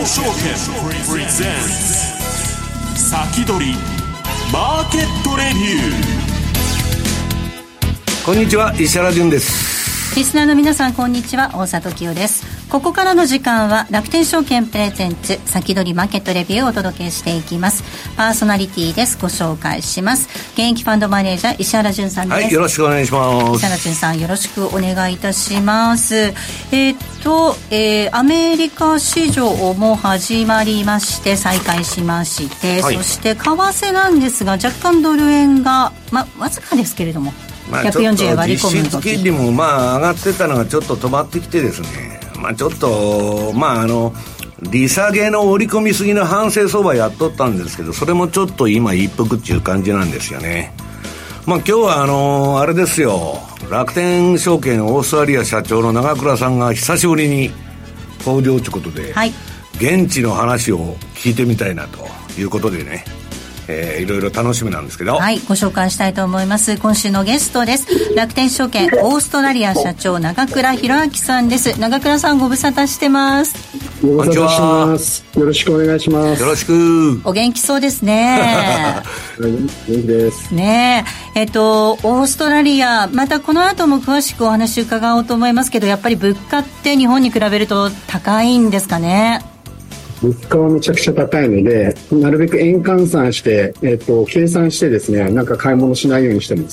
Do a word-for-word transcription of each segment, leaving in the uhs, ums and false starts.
証券プレゼンツ先取りマーケットレビュー。 こんにちは、石原潤です。 リスナーの皆さん、こんにちは。大里清です。ここからの時間は楽天証券プレゼンツ先取りマーケットレビューをお届けしていきます。パーソナリティです。ご紹介します。現役ファンドマネージャー石原潤さんです。 はい、よろしくお願いします。 石原潤さん、よろしくお願いいたします。えー、っと、えー、アメリカ市場も始まりまして再開しまして、はい、そして為替なんですが若干ドル円が、まあ、わずかですけれども、 まあ、ちょっと実質金利もまあ上がってたのがちょっと止まってきてですね、まあ、ちょっとまああの利下げの織り込みすぎの反省相場やっとったんですけど、それもちょっと今一服っていう感じなんですよね。まあ今日はあのあれですよ、楽天証券オーストラリア社長の長倉さんが久しぶりに登場ということで、はい、現地の話を聞いてみたいなということでね、えー、いろいろ楽しみなんですけど、 はい、ご紹介したいと思います。今週のゲストです。楽天証券オーストラリア社長長倉弘明さんです。長倉さん、ご無沙汰してます。 ご無沙汰してます。よろしくお願いします。 よろしく。 お元気そうですね。 元気ですね。えっとオーストラリア、またこの後も詳しくお話伺おうと思いますけど、やっぱり物価って日本に比べると高いんですかね。 物価はめちゃくちゃ高いので、なるべく円換算して、えっと、計算してですね、なんか買い物しないようにしてます。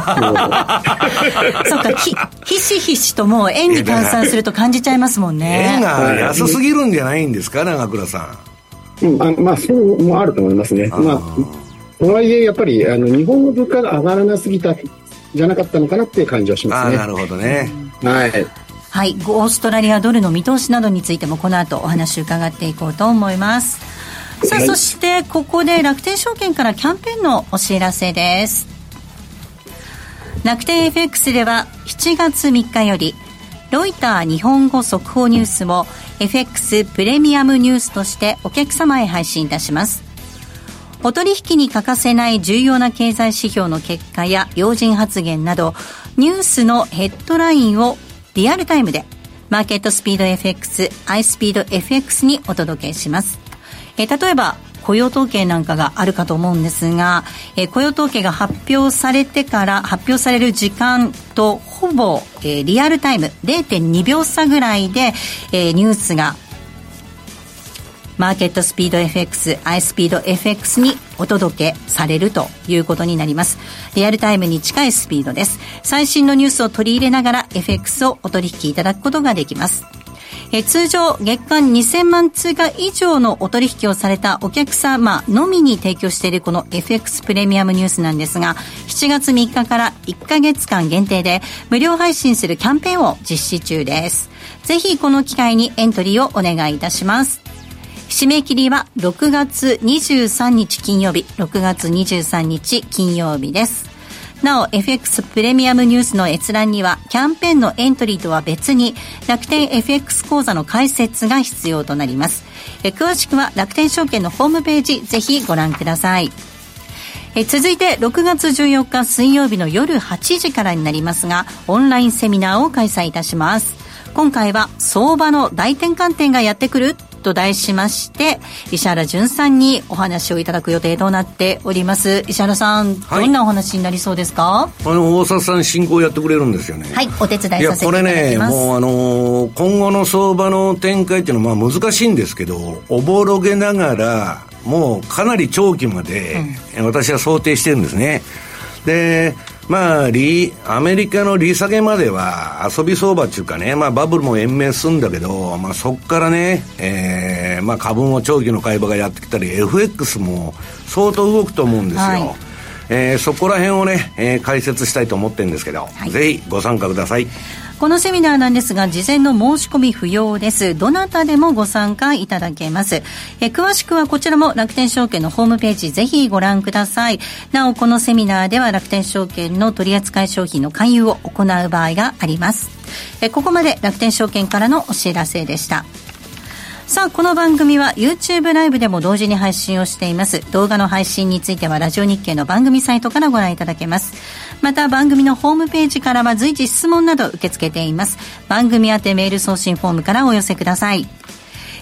そうか、ひ、ひしひしともう円に換算すると感じちゃいますもんね。 円が安すぎるんじゃないんですか、長倉さん。うん、あまあ、そうもあると思いますね。あまあ、とはいえ、やっぱり、あの、日本の物価が上がらなすぎた、じゃなかったのかなっていう感じはしますね。 あ、なるほどね。 はい。 はい、オーストラリアドルの見通しなどについてもこの後お話伺っていこうと思います。さあ、はい、そしてここで楽天証券からキャンペーンのお知らせです。楽天 エフエックス ではしちがつみっかよりロイター日本語速報ニュースを エフエックス プレミアムニュースとしてお客様へ配信いたします。お取引に欠かせない重要な経済指標の結果や要人発言などニュースのヘッドラインをリアルタイムでマーケットスピード エフエックス、アイスピード エフエックス にお届けします。えー、例えば雇用統計なんかがあるかと思うんですが、えー、雇用統計が発表されてから発表される時間とほぼ、えー、リアルタイム れいてんにびょう差ぐらいで、えー、ニュースがマーケットスピード エフエックス、アイスピード エフエックス にお届けされるということになります。リアルタイムに近いスピードです。最新のニュースを取り入れながら エフエックス をお取引いただくことができます。え通常月間にせんまんつうか以上のお取引をされたお客様のみに提供しているこの エフエックス プレミアムニュースなんですが、しちがつみっかからいっかげつかん限定で無料配信するキャンペーンを実施中です。ぜひこの機会にエントリーをお願いいたします。締め切りはろくがつにじゅうさんにち金曜日、ろくがつにじゅうさんにち金曜日です。なお エフエックス プレミアムニュースの閲覧にはキャンペーンのエントリーとは別に楽天 エフエックス 口座の開設が必要となります。え詳しくは楽天証券のホームページぜひご覧ください。え続いてろくがつじゅうよっか水曜日の夜はちじからになりますが、オンラインセミナーを開催いたします。今回は相場の大転換点がやってくると題しまして石原潤さんにお話をいただく予定となっております。石原さん、はい、どんなお話になりそうですか？ あの大里さん進行やってくれるんですよね。 はい、お手伝いさせていただきます。いやこれね、 もうあのー、今後の相場の展開っていうのはまあ難しいんですけど、おぼろげながらもうかなり長期まで、うん、私は想定してるんですね。でまあ、リアメリカの利下げまでは遊び相場っていうかね、まあバブルも延命するんだけど、まあそっからね、えー、まあ株も長期の買い場がやってきたり、エフエックス も相当動くと思うんですよ。はい、えー、そこら辺をね、えー、解説したいと思ってるんですけど、はい、ぜひご参加ください。 このセミナーなんですが事前の申し込み不要です。どなたでもご参加いただけます。え詳しくはこちらも楽天証券のホームページぜひご覧ください。なおこのセミナーでは楽天証券の取扱商品の勧誘を行う場合があります。えここまで楽天証券からのお知らせでした。さあこの番組は YouTube ライブでも同時に配信をしています。動画の配信についてはラジオ日経の番組サイトからご覧いただけます。また番組のホームページからは随時質問など受け付けています。番組宛てメール送信フォームからお寄せください。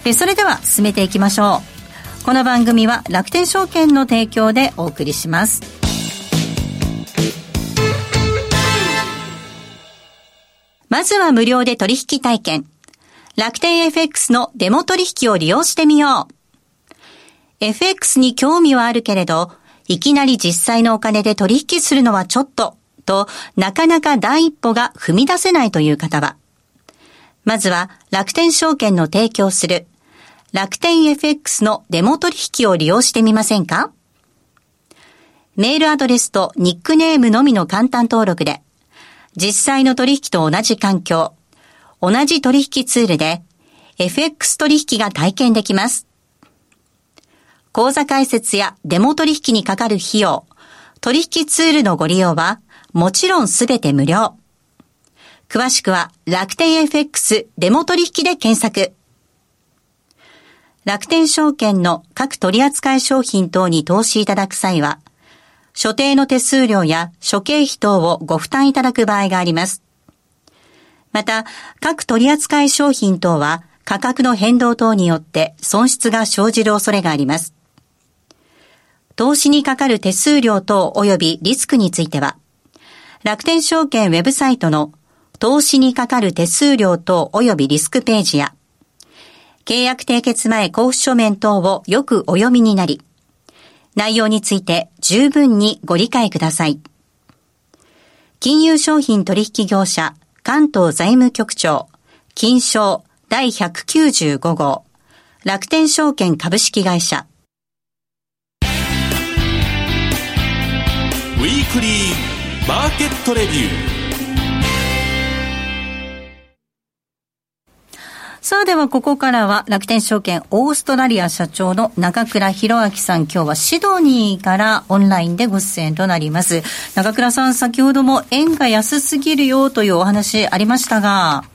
えそれでは進めていきましょう。この番組は楽天証券の提供でお送りします。まずは無料で取引体験。楽天 エフエックス のデモ取引を利用してみよう。エフエックス に興味はあるけれど、いきなり実際のお金で取引するのはちょっと、となかなか第一歩が踏み出せないという方は、まずは楽天証券の提供する楽天 エフエックス のデモ取引を利用してみませんか？メールアドレスとニックネームのみの簡単登録で、実際の取引と同じ環境、同じ取引ツールで エフエックス 取引が体験できます。口座開設やデモ取引にかかる費用、取引ツールのご利用はもちろんすべて無料。詳しくは楽天 エフエックス デモ取引で検索。楽天証券の各取扱い商品等に投資いただく際は、所定の手数料や諸経費等をご負担いただく場合があります。また、各取扱い商品等は価格の変動等によって損失が生じる恐れがあります。投資にかかる手数料等及びリスクについては、楽天証券ウェブサイトの投資にかかる手数料等及びリスクページや、契約締結前交付書面等をよくお読みになり、内容について十分にご理解ください。金融商品取引業者関東財務局長金商だいひゃくきゅうじゅうご号楽天証券株式会社。 ウィークリーマーケットレビュー。 さあではここからは楽天証券オーストラリア社長の中倉弘明さん、今日はシドニーからオンラインでご出演となります。中倉さん、先ほども円が安すぎるよというお話ありましたが、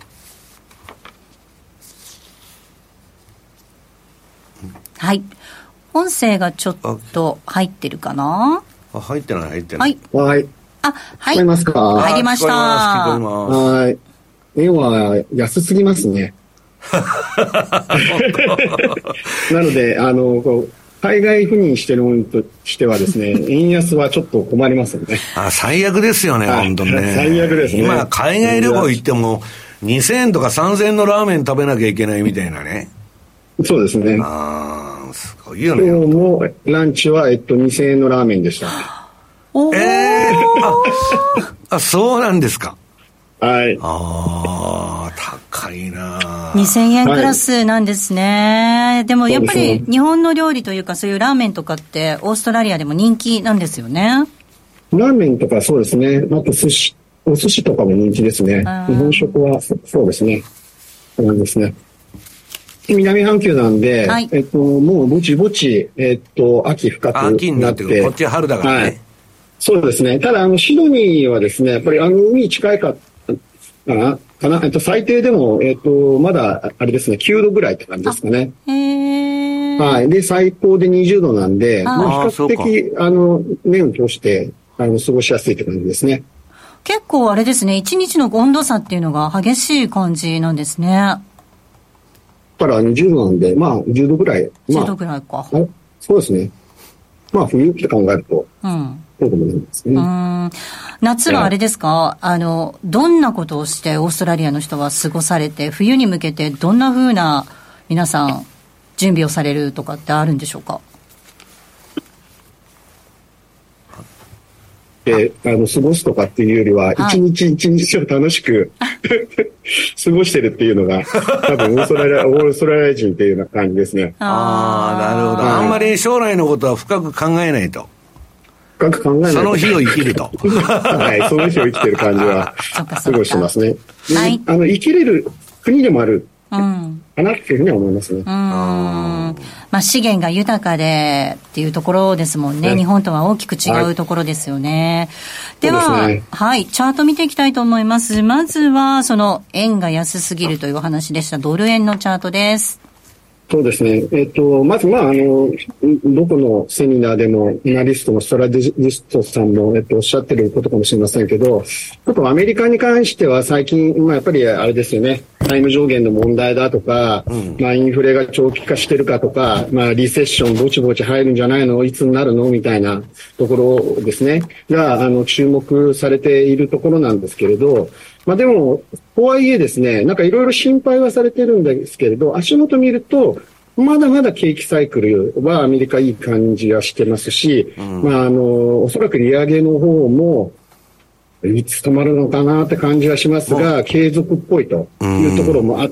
はい、音声がちょっと入ってるかな。 あ、入ってない入ってない。 はい。 はい。 あ、はい。 聞こえますか？ 入りました。 聞こえます。 はい。円は安すぎますね。なので、あの、こう海外赴任してるものとしてはですね、円安はちょっと困りますよね。 あ、最悪ですよね、本当にね。 最悪ですね。 今、海外旅行行っても、にせんえんとかさんぜんえんのラーメン食べなきゃいけないみたいなね。 そうですね。 ああ、すごいよね。 今日もランチは、えっと、にせんえんのラーメンでした。 おー、 えー、あ、あ、そうなんですか。 はい。 ああ、高いな。 にせんえんクラスなんですね。はい、でもやっぱり日本の料理というか、そういうラーメンとかってオーストラリアでも人気なんですよね。 ラーメンとかそうですね。あと寿司、お寿司とかも人気ですね。日本食はそうですね。なんですね。南半球なんで、はい、えっと、もうぼちぼち、えっと、秋深くなって。 秋になってくる。こっちは春だからね。はい、 そうですね。ただ、あの、シドニーはですね、やっぱりあの、海近いか、かなかなえっと、最低でも、えっと、まだ、あれですね、きゅうどぐらいって感じですかね。 へー。 はい。で、最高でにじゅうどなんで、あまあ、比較的、あの、年を通して、あの、過ごしやすいって感じですね。 結構あれですね、一日の温度差っていうのが激しい感じなんですね。 だからにじゅうどなんで、まあ、じゅうどぐらい。まあ、 じゅうどぐらいか。 そうですね。まあ、冬って考えると。 うん。 そうでもないんですね。 うん。夏はあれですか、あの、どんなことをしてオーストラリアの人は過ごされて、冬に向けてどんな風な皆さん準備をされるとかってあるんでしょうか？ で、あの、過ごすとかっていうよりは、一、はい、日一日を楽しく過ごしてるっていうのが、多分オーストラリア、オーストラリア人っていうような感じですね。 ああ、なるほど。あんまり将来のことは深く考えないと。 深く考えないと。 その日を生きると。 はい、その日を生きてる感じは過ごしてますね。 はい。 あの、生きれる国でもある。 うん。 かなっていうふうには思いますね。 うん。まあ資源が豊かでっていうところですもんね。ね、日本とは大きく違うところですよね。はい、では、ね、はい、チャート見ていきたいと思います。まずはその円が安すぎるというお話でした。ドル円のチャートです。 そうですね。えっと、まず、まあ、あの、どこのセミナーでも、アナリストのストラテジストさんも、えっと、おっしゃってることかもしれませんけど、ちょっとアメリカに関しては最近、まあ、やっぱりあれですよね。 タイム上限の問題だとか、うん、まあインフレが長期化してるかとか、まあリセッションぼちぼち入るんじゃないの、いつになるのみたいなところですね、が、あの、注目されているところなんですけれど、まあでも、とはいえですね、なんかいろいろ心配はされてるんですけれど、足元見ると、まだまだ景気サイクルはアメリカいい感じはしてますし、うん、まああの、おそらく利上げの方も、いつ止まるのかなって感じはしますが、継続っぽいというところもあって、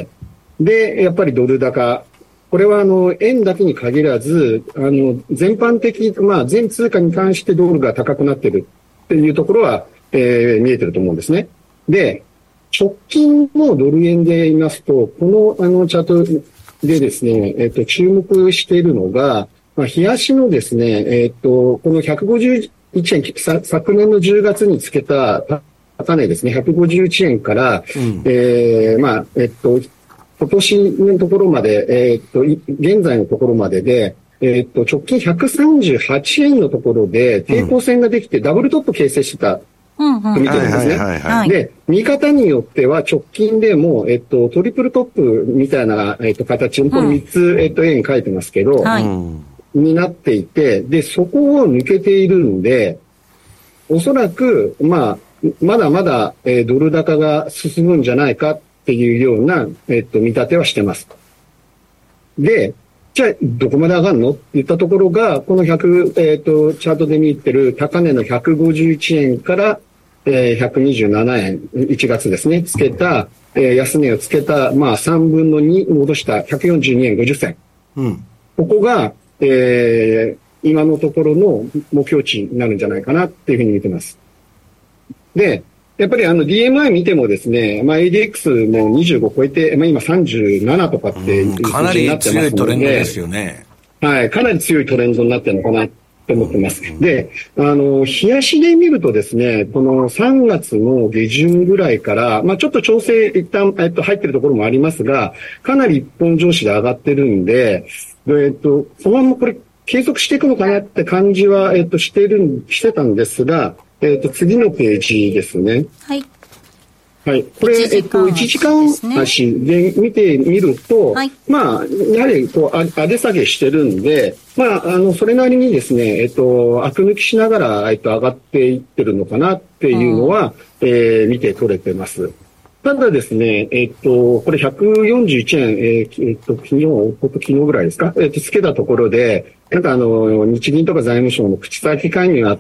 で、やっぱりドル高。これはあの、円だけに限らず、あの、全般的、まあ全通貨に関してドルが高くなってるっていうところは、えー、見えてると思うんですね。で、直近のドル円で言いますと、このあのチャートでですね、えっと、注目しているのが、まあ、日足のですね、えっと、このひゃくごじゅういちえん、昨年のじゅうがつにつけた高値ですね、ひゃくごじゅういちえんから、うん、えー、まあ、えっと、今年のところまで、えっと、現在のところまでで、えっと、直近ひゃくさんじゅうはちえんのところで、抵抗線ができてダブルトップ形成してた。と見てるんですね。で、見方によっては直近でも、えっと、トリプルトップみたいな、えっと、形の、これみっつ、えっと、絵に書いてますけど、はい、になっていて、で、そこを抜けているんで、おそらく、まあ、まだまだ、えー、ドル高が進むんじゃないかっていうような、えっと、見立てはしてます。で、じゃあ、どこまで上がるのって言ったところが、このひゃく、えっと、チャートで見てる高値のひゃくごじゅういちえんから、えー、ひゃくにじゅうななえん、いちがつですね、つけた、えー、安値をつけた、まあ、さんぶんのに戻したひゃくよんじゅうにえんごじゅっせん。うん。ここが、えー、今のところの目標値になるんじゃないかなっていうふうに見てます。で、やっぱりあの ディーエムアイ 見てもですね、まあ エーディーエックス もにじゅうご超えて、まあ今さんじゅうななとかっていう数字になってますので、かなり強いトレンドですよね。はい、かなり強いトレンドになってるのかなと思ってます。で、あの、日足で見るとですね、このさんがつの下旬ぐらいから、まあちょっと調整一旦、えっと、入ってるところもありますが、かなり一本上司で上がってるんで、えっと、そのままこれ継続していくのかなって感じは、えっと、してる、してたんですが、えっと、次のページですね。はい。はい。これ、えっと、いちじかん足で見てみると、はい、まあ、やはり、こう、上げ下げしてるんで、まあ、あの、それなりにですね、えっと、あく抜きしながら、えっと、上がっていってるのかなっていうのは、うん、えー、見て取れてます。ただですね、えっと、これひゃくよんじゅういちえん、えー、えっと、昨日、昨日ぐらいですか、えっと、つけたところで、なんかあの、日銀とか財務省の口先介入があって、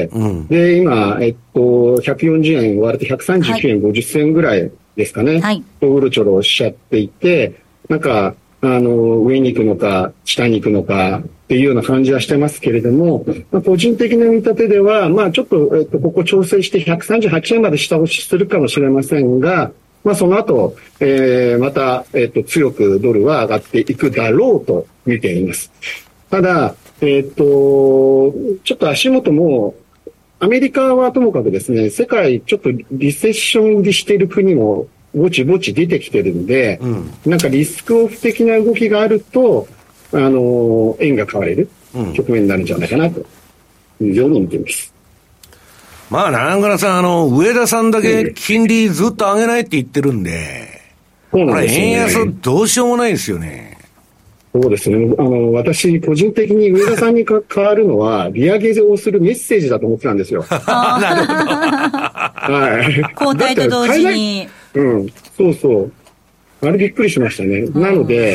うん、で、今、えっと、ひゃくよんじゅうえん割れてひゃくさんじゅうきゅうえんごじゅっせんぐらいですかね。はい。うろちょろしちゃっていて、なんか、あの、上に行くのか、下に行くのか、っていうような感じはしてますけれども、まあ、個人的な見立てでは、まあちょっと、えっと、ここ調整してひゃくさんじゅうはちえんまで下押しするかもしれませんが、まあその後、えー、また、えっと、強くドルは上がっていくだろうと見ています。ただ、えっと、ちょっと足元も、アメリカはともかくですね、世界ちょっとリセッション売りしている国もぼちぼち出てきてるんで、うん、なんかリスクオフ的な動きがあると、あの、円が買われる局面になるんじゃないかなというように見ています。 うん、まあ、長倉さん、あの、上田さんだけ金利ずっと上げないって言ってるんで、そうなんですよね。円安どうしようもないですよね。 そうですね。あの、私、個人的に上田さんにか変わるのは、利上げをするメッセージだと思ってたんですよ。 ああ、なるほど。はい。交代と同時に。 うん、そうそう。あれびっくりしましたね。なので、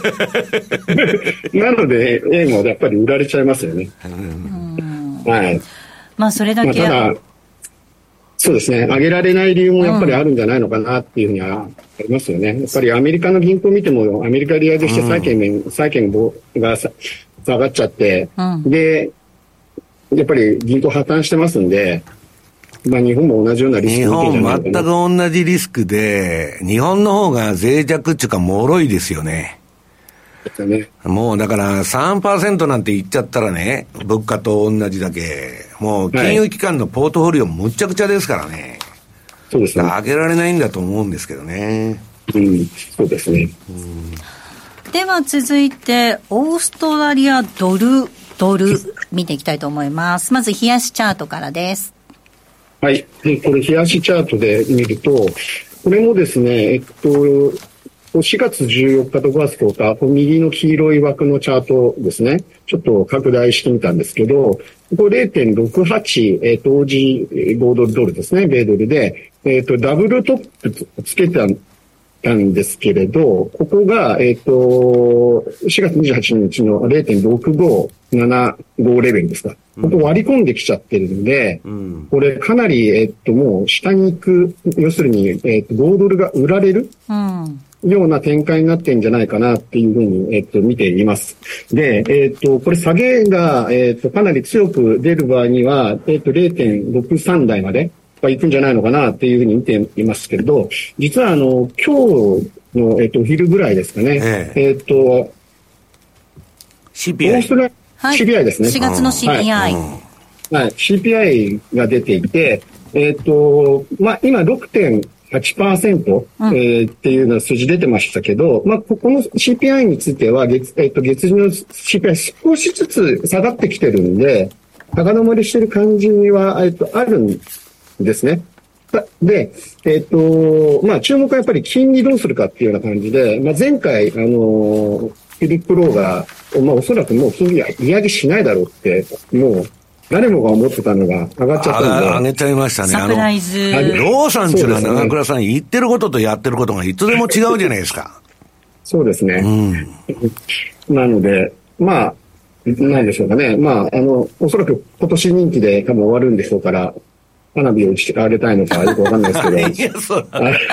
なので、円もやっぱり売られちゃいますよね。うん、はい。 まあ、それだけ。 まあ、ただ、そうですね。上げられない理由もやっぱりあるんじゃないのかなっていうふうにはありますよね。やっぱりアメリカの銀行を見ても、アメリカ利上げして債券面、債券が下がっちゃって、うん、で、やっぱり銀行破綻してますんで、まあ日本も同じようなリスク日本全く同じリスクで、日本の方が脆弱っていうか脆いですよね。ですね。もうだから さんパーセント なんて言っちゃったらね、物価と同じだけ、もう金融機関のポートフォリオむちゃくちゃですからね。そうですね。上げられないんだと思うんですけどね。 うん、そうですね。うん、では続いて、オーストラリアドル、ドル、見ていきたいと思います。まず、冷やしチャートからです。 はい。これ、冷やしチャートで見ると、 これもですね、えっと、しがつじゅうよっかとごがつとおか、右の黄色い枠のチャートですね、ちょっと拡大してみたんですけど、ここ れいてんろくはち、えっと、オージーごドルドルですね、米ドルで、えっと、ダブルトップつけたんですけれど、ここが、えっと、しがつにじゅうはちにちの れいてんろくごななご レベルですか。ここ割り込んできちゃってるんで、うん、これかなり、えっと、もう下に行く、要するに、えっと、ごドルが売られる、うんような展開になってんじゃないかなっていうふうに、えっと、見ています。で、えっと、これ下げが、えっと、かなり強く出る場合には、えっと、れいてんろくさん 台まで行くんじゃないのかなっていうふうに見ていますけれど、実はあの、今日の、えっと、お昼ぐらいですかね、えええっと、 シーピーアイ。 オーストラリア、はい、シーピーアイ ですね。 しがつの シーピーアイ。 はい、はい、シーピーアイ が出ていて、えっと、まあ、今 ろくてんはちパーセント、うんえー、っていうの数字出てましたけど、まあ、ここの シーピーアイ については月、えっと、月次の シーピーアイ 少しずつ下がってきてるんで、高止まりしてる感じは、えっと、あるんですね。で、えっと、まあ、注目はやっぱり金利どうするかっていうような感じで、まあ、前回、あの、フィリップ・ローが、まあ、おそらくもう金利は利上げしないだろうって、もう、誰もが思ってたのが上がっちゃったんで。 上げちゃいましたね。 サプライズ。 あの、ローさんっていうのは長倉さん、言ってることとやってることがいつでも違うじゃないですか。 そうですね。うん、なので、まあ、なんでしょうかね。まあ、あの、おそらく今年任期で多分終わるんでしょうから、花火を打ち上げたいのかよくわかんないですけど。いや、そう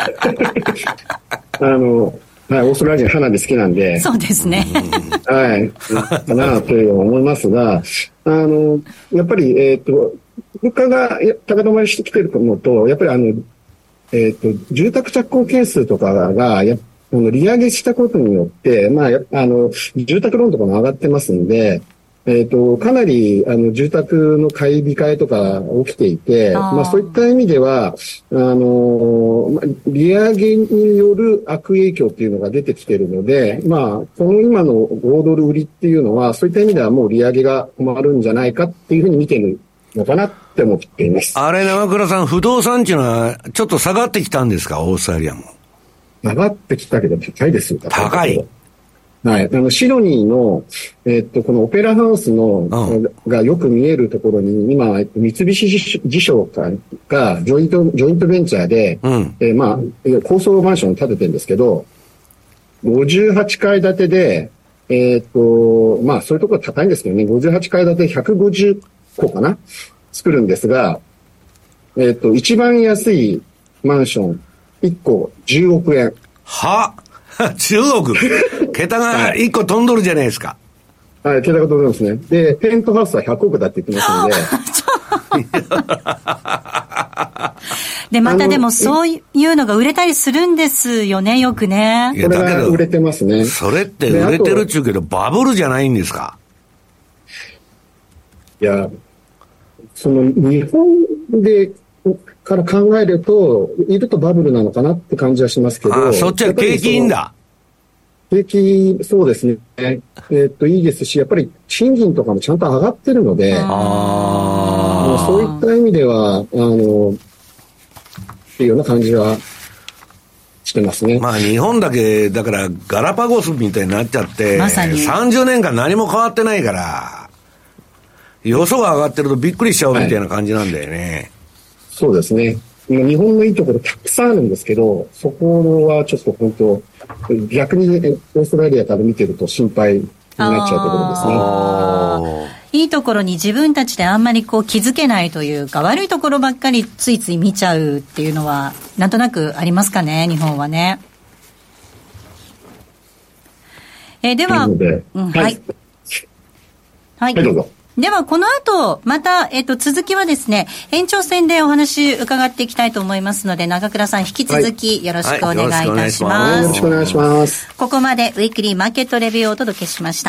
あの、はい、オーストラリア人花火好きなんで。 そうですね。 はい。かなという思いますが、あの、やっぱり、えっと、物価が高止まりしてきてるのと、やっぱりあの、えっと、住宅着工件数とかが、やあの利上げしたことによって、まあ、あの、住宅ローンとかも上がってますんで、えっと、かなり、あの、住宅の買い控えとか起きていて、あまあ、そういった意味では、あの、利上げによる悪影響っていうのが出てきているので、まあ、この今のごドル売りっていうのは、そういった意味ではもう利上げが止まるんじゃないかっていうふうに見てるのかなって思っています。 あれ、長倉さん、不動産っていうのは、ちょっと下がってきたんですか、オーストラリアも。 下がってきたけど、高いですよ。 高い。 はい。あの、シドニーの、えっと、このオペラハウスの、うん、がよく見えるところに、今、三菱地所が、ジョイント、ジョイントベンチャーで、うん、えー、まあ、高層マンションを建ててるんですけど、ごじゅうはちかい建てで、えっと、まあ、そういうところは高いんですけどね、ごじゅうはちかい建てひゃくごじゅっこかな作るんですが、えっと、一番安いマンション、いっこじゅうおくえん。 はじゅうおく桁がいっこ飛んどるじゃないですか。 はい、桁が飛んでますね。で、ペントハウスはひゃくおくだって言ってますので。 で、またでもそういうのが売れたりするんですよね、よくね。 いや、だけど、売れてますね。 それって売れてるっちゅうけど、バブルじゃないんですか？ いや、その、日本で、から考えると、いるとバブルなのかなって感じはしますけど。 ああ、そっちは景気いいんだ。 景気、そうですね。えー、っと、いいですし、やっぱり賃金とかもちゃんと上がってるので、あそういった意味では、あの、っていうような感じはしてますね。 まあ日本だけ、だからガラパゴスみたいになっちゃって、まさにさんじゅうねんかん何も変わってないから、よそが上がってるとびっくりしちゃうみたいな感じなんだよね。はい、そうですね。 日本のいいところたくさんあるんですけど、そこはちょっと本当、逆にオーストラリアから見てると心配になっちゃうところですね。 いいところに自分たちであんまりこう気づけないというか、悪いところばっかりついつい見ちゃうっていうのは、なんとなくありますかね、日本はね。えー、では、うん、はい。はい。はい、どうぞ。では、この後、また、えっと、続きはですね、延長戦でお話伺っていきたいと思いますので、長倉さん、引き続きよろしくお願いいたします。 よろしくお願いします。 ここまで、ウィークリーマーケットレビューをお届けしました。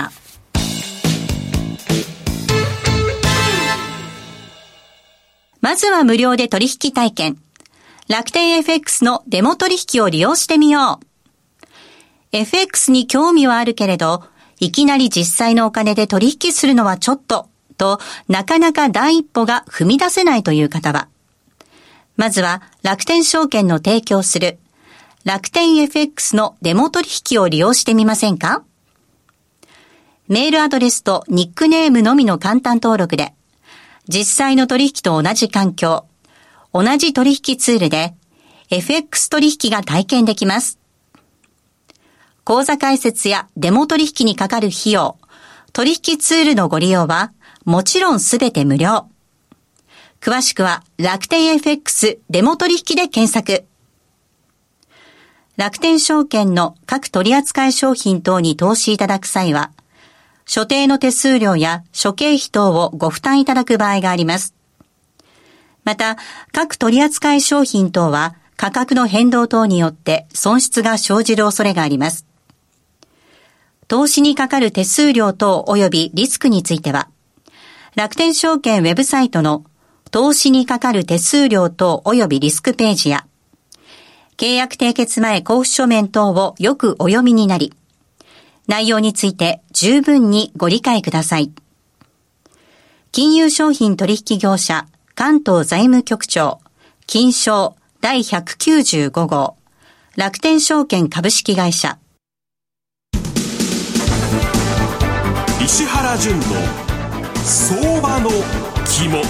まずは無料で取引体験。楽天 エフエックス のデモ取引を利用してみよう。エフエックス に興味はあるけれど、いきなり実際のお金で取引するのはちょっと、と、なかなか第一歩が踏み出せないという方は、まずは楽天証券の提供する楽天 エフエックス のデモ取引を利用してみませんか？メールアドレスとニックネームのみの簡単登録で、実際の取引と同じ環境、同じ取引ツールで エフエックス 取引が体験できます。口座開設やデモ取引にかかる費用、取引ツールのご利用はもちろんすべて無料。詳しくは楽天 エフエックス デモ取引で検索。楽天証券の各取扱い商品等に投資いただく際は、所定の手数料や諸経費等をご負担いただく場合があります。また、各取扱い商品等は価格の変動等によって損失が生じる恐れがあります。投資にかかる手数料等及びリスクについては、楽天証券ウェブサイトの投資にかかる手数料等及びリスクページや、契約締結前交付書面等をよくお読みになり、内容について十分にご理解ください。金融商品取引業者関東財務局長金商だいひゃくきゅうじゅうご号楽天証券株式会社。 石原淳の相場の肝。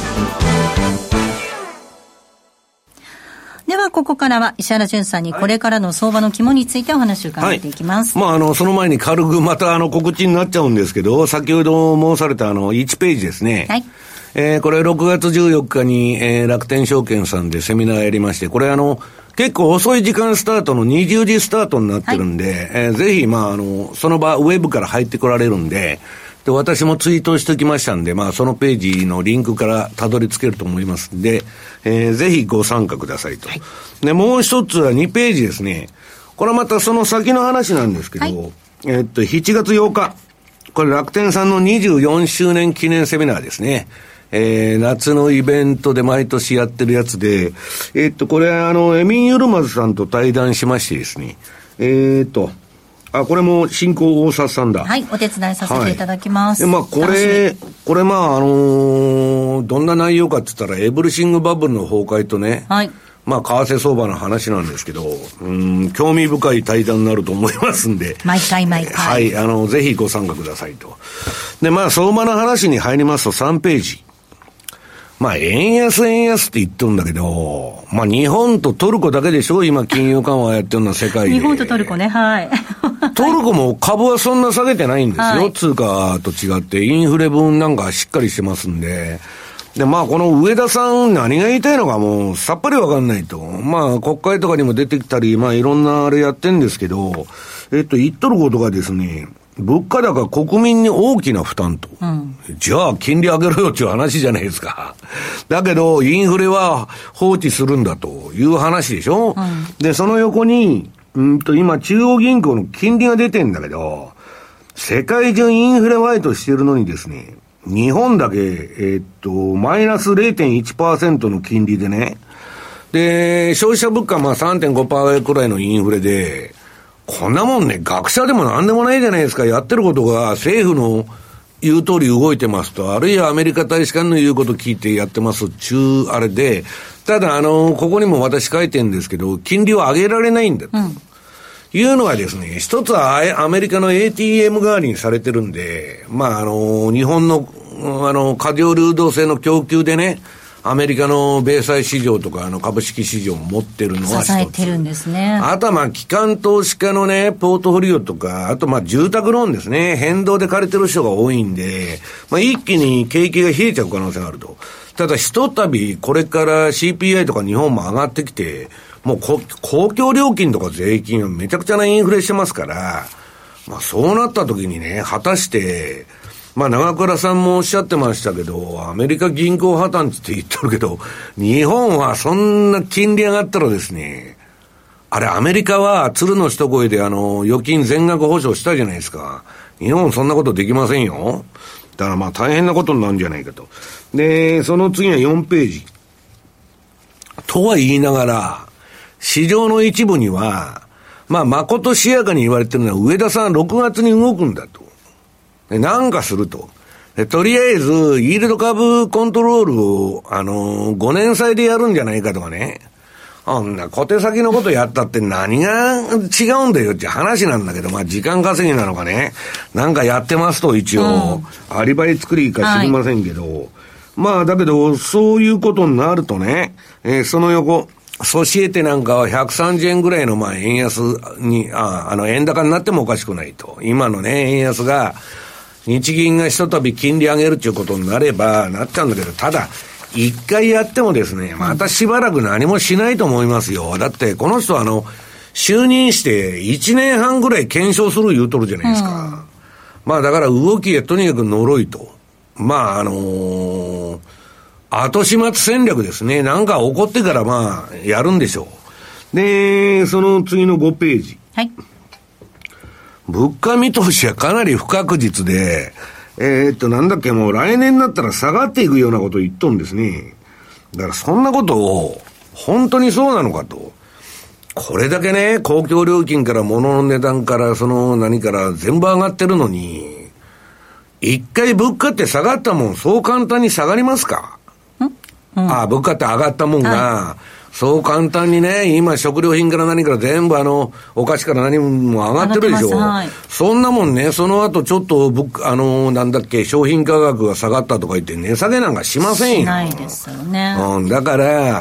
ではここからは石原淳さんにこれからの相場の肝についてお話を伺っていきます。 はい、まああのその前に軽くまたあの告知になっちゃうんですけど、先ほど申されたあのいちページですね。はい。えー、これろくがつじゅうよっかに、えー、楽天証券さんでセミナーやりまして、これあの結構遅い時間スタートのにじゅうじスタートになってるんで、はい、えー、ぜひまああのその場ウェブから入ってこられるんで。で、私もツイートしておきましたんで、まあ、そのページのリンクからたどり着けると思いますんで、えー、ぜひご参加くださいと。はい、で、もう一つはにページですね。これはまたその先の話なんですけど、はい、えー、っと、しちがつようか。これ楽天さんのにじゅうよんしゅうねん記念セミナーですね。えー、夏のイベントで毎年やってるやつで、えー、っと、これあの、エミン・ユルマズさんと対談しましてですね、えー、っと、あ、これも進行大札さんだ。 はい、お手伝いさせていただきます。 はい、で、まあ、これ、これ、まあ、あのー、どんな内容かって言ったら、エブリシングバブルの崩壊とね、はい。まあ、為替相場の話なんですけど、うん、興味深い対談になると思いますんで。 毎回毎回。 はい、あの、ぜひご参加くださいと。で、まあ、相場の話に入りますとさんページ。まあ、円安円安って言ってるんだけど、まあ、日本とトルコだけでしょ今、金融緩和やってるのは世界で。 日本とトルコね、はい。 トルコも株はそんな下げてないんですよ。はい、通貨と違って、インフレ分なんかしっかりしてますんで。で、まあ、この上田さん何が言いたいのかもうさっぱりわかんないと。まあ、国会とかにも出てきたり、まあ、いろんなあれやってんですけど、えっと、言っとることがですね、物価高国民に大きな負担と。うん、じゃあ金利上げろよっていう話じゃないですか。だけどインフレは放置するんだという話でしょ。うん、で、その横に、うんと今中央銀行の金利が出てんだけど、世界中インフレワイトしてるのにですね、日本だけ、えー、っと、マイナス れいてんいちパーセント の金利でね、で、消費者物価まあ さんてんごパーセント くらいのインフレで、こんなもんね、学者でもなんでもないじゃないですか。やってることが政府の言う通り動いてますと、あるいはアメリカ大使館の言うこと聞いてやってます中あれで、ただあの、ここにも私書いてるんですけど、金利を上げられないんだと。うん、いうのはですね、一つはアメリカの エーティーエム 代わりにされてるんで、まああの、日本のあの、過剰流動性の供給でね、アメリカの米債市場とかあの株式市場を持ってるのは一つ。 支えてるんですね。 あとはまあ機関投資家のね、ポートフォリオとか、あとまあ住宅ローンですね。変動で借りてる人が多いんで、まあ一気に景気が冷えちゃう可能性があると。ただひとたびこれから シーピーアイ とか日本も上がってきて、もう公共料金とか税金はめちゃくちゃなインフレしてますから、まあそうなった時にね、果たして、まあ長倉さんもおっしゃってましたけど、アメリカ銀行破綻って言ってるけど、日本はそんな金利上がったらですね、あれアメリカは鶴の一声であの預金全額保証したじゃないですか。日本そんなことできませんよ。だからまあ大変なことになるんじゃないかと。で、その次はよんページ。とは言いながら、市場の一部には、まあまことしやかに言われてるのは上田さんろくがつに動くんだと。なんかすると。とりあえず、イールド株コントロールを、あのー、ごねん債でやるんじゃないかとかね。 あんな小手先のことやったって何が違うんだよって話なんだけど、まあ時間稼ぎなのかね、なんかやってますと一応、うん、アリバイ作りか知りませんけど、はい、まあだけどそういうことになるとね、えー、その横、ソシエテなんかはひゃくさんじゅうえんぐらいのまあ円安に、あ、あの円高になってもおかしくないと。今のね、円安が、日銀がひとたび金利上げるっていうことになれば、なっちゃうんだけど、ただ、一回やってもですね、またしばらく何もしないと思いますよ。だって、この人はあの、就任していちねんはんぐらい検証する言うとるじゃないですか。うん、まあだから動きへとにかく呪いと。まああのー、後始末戦略ですね。なんか起こってからまあ、やるんでしょう。で、その次のごページ。 はい。 物価見通しはかなり不確実で、えー、っと、なんだっけ、もう来年になったら下がっていくようなことを言っとんですね。だからそんなことを、本当にそうなのかと。これだけね、公共料金から物の値段からその何から全部上がってるのに、一回物価って下がったもん、そう簡単に下がりますか？ん、うん、ああ、物価って上がったもんが、はい、そう簡単にね、今食料品から何から全部あの、お菓子から何も上がってるでしょ。はい、そんなもんね、その後ちょっと物価、あの、なんだっけ、商品価格が下がったとか言って値下げなんかしませんよ。 しないですよね。 うん、だから、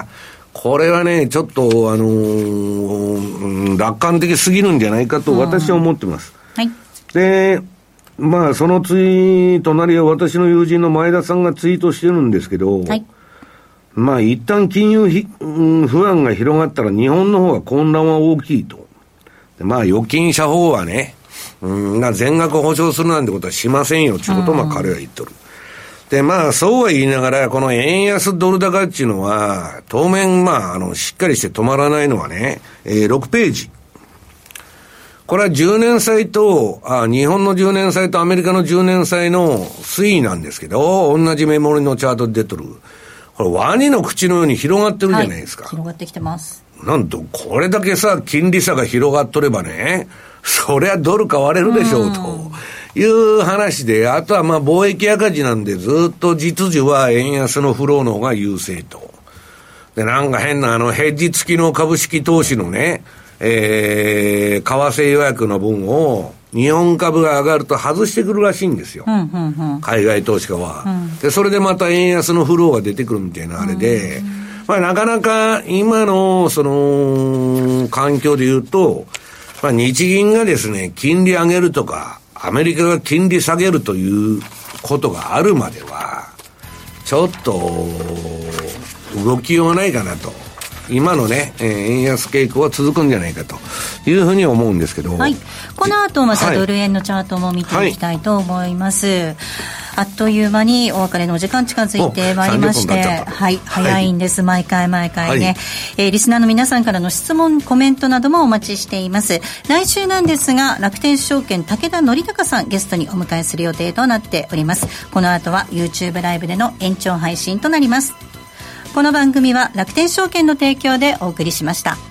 これはね、ちょっと、あのー、楽観的すぎるんじゃないかと私は思ってます。 はい。で、 まあ、そのツイートなりは私の友人の前田さんがツイートしてるんですけど、はい。まあ、一旦金融ひ、うん、不安が広がったら日本の方が混乱は大きいと。まあ、預金者法はね、うん、全額保証するなんてことはしませんよ、ということをまあ彼は言っとる。で、まあ、そうは言いながら、この円安ドル高っていうのは、当面、まあ、あの、しっかりして止まらないのはね、えー、ろくページ。これはじゅうねん債と、あ、日本のじゅうねん債とアメリカのじゅうねん債の推移なんですけど、同じメモリのチャートで出てる。これ、ワニの口のように広がってるじゃないですか。 はい、広がってきてます。 なんと、これだけさ、金利差が広がっとればね、そりゃドル買われるでしょうという話で、あとはまあ貿易赤字なんでずっと実需は円安のフローの方が優勢と。で、なんか変なあのヘッジ付きの株式投資のね、えー、為替予約の分を日本株が上がると外してくるらしいんですよ。 うんうんうん、 海外投資家は、 うん。で、 それでまた円安のフローが出てくるみたいなあれで、うんうん、まあなかなか今のその環境で言うと、まあ日銀がですね、金利上げるとか、アメリカが金利下げるということがあるまでは、ちょっと動きようがないかなと。今のね、えー、円安傾向は続くんじゃないかというふうに思うんですけど、 はい、この後またドル円のチャートも見ていきたいと思います、はいはい、あっという間にお別れのお時間近づいてまいりまして、はい、早いんです、はい、毎回毎回ね、はい、えー、リスナーの皆さんからの質問コメントなどもお待ちしています。来週なんですが楽天証券武田則孝さんゲストにお迎えする予定となっております。この後は YouTube ライブでの延長配信となります。この番組は楽天証券の提供でお送りしました。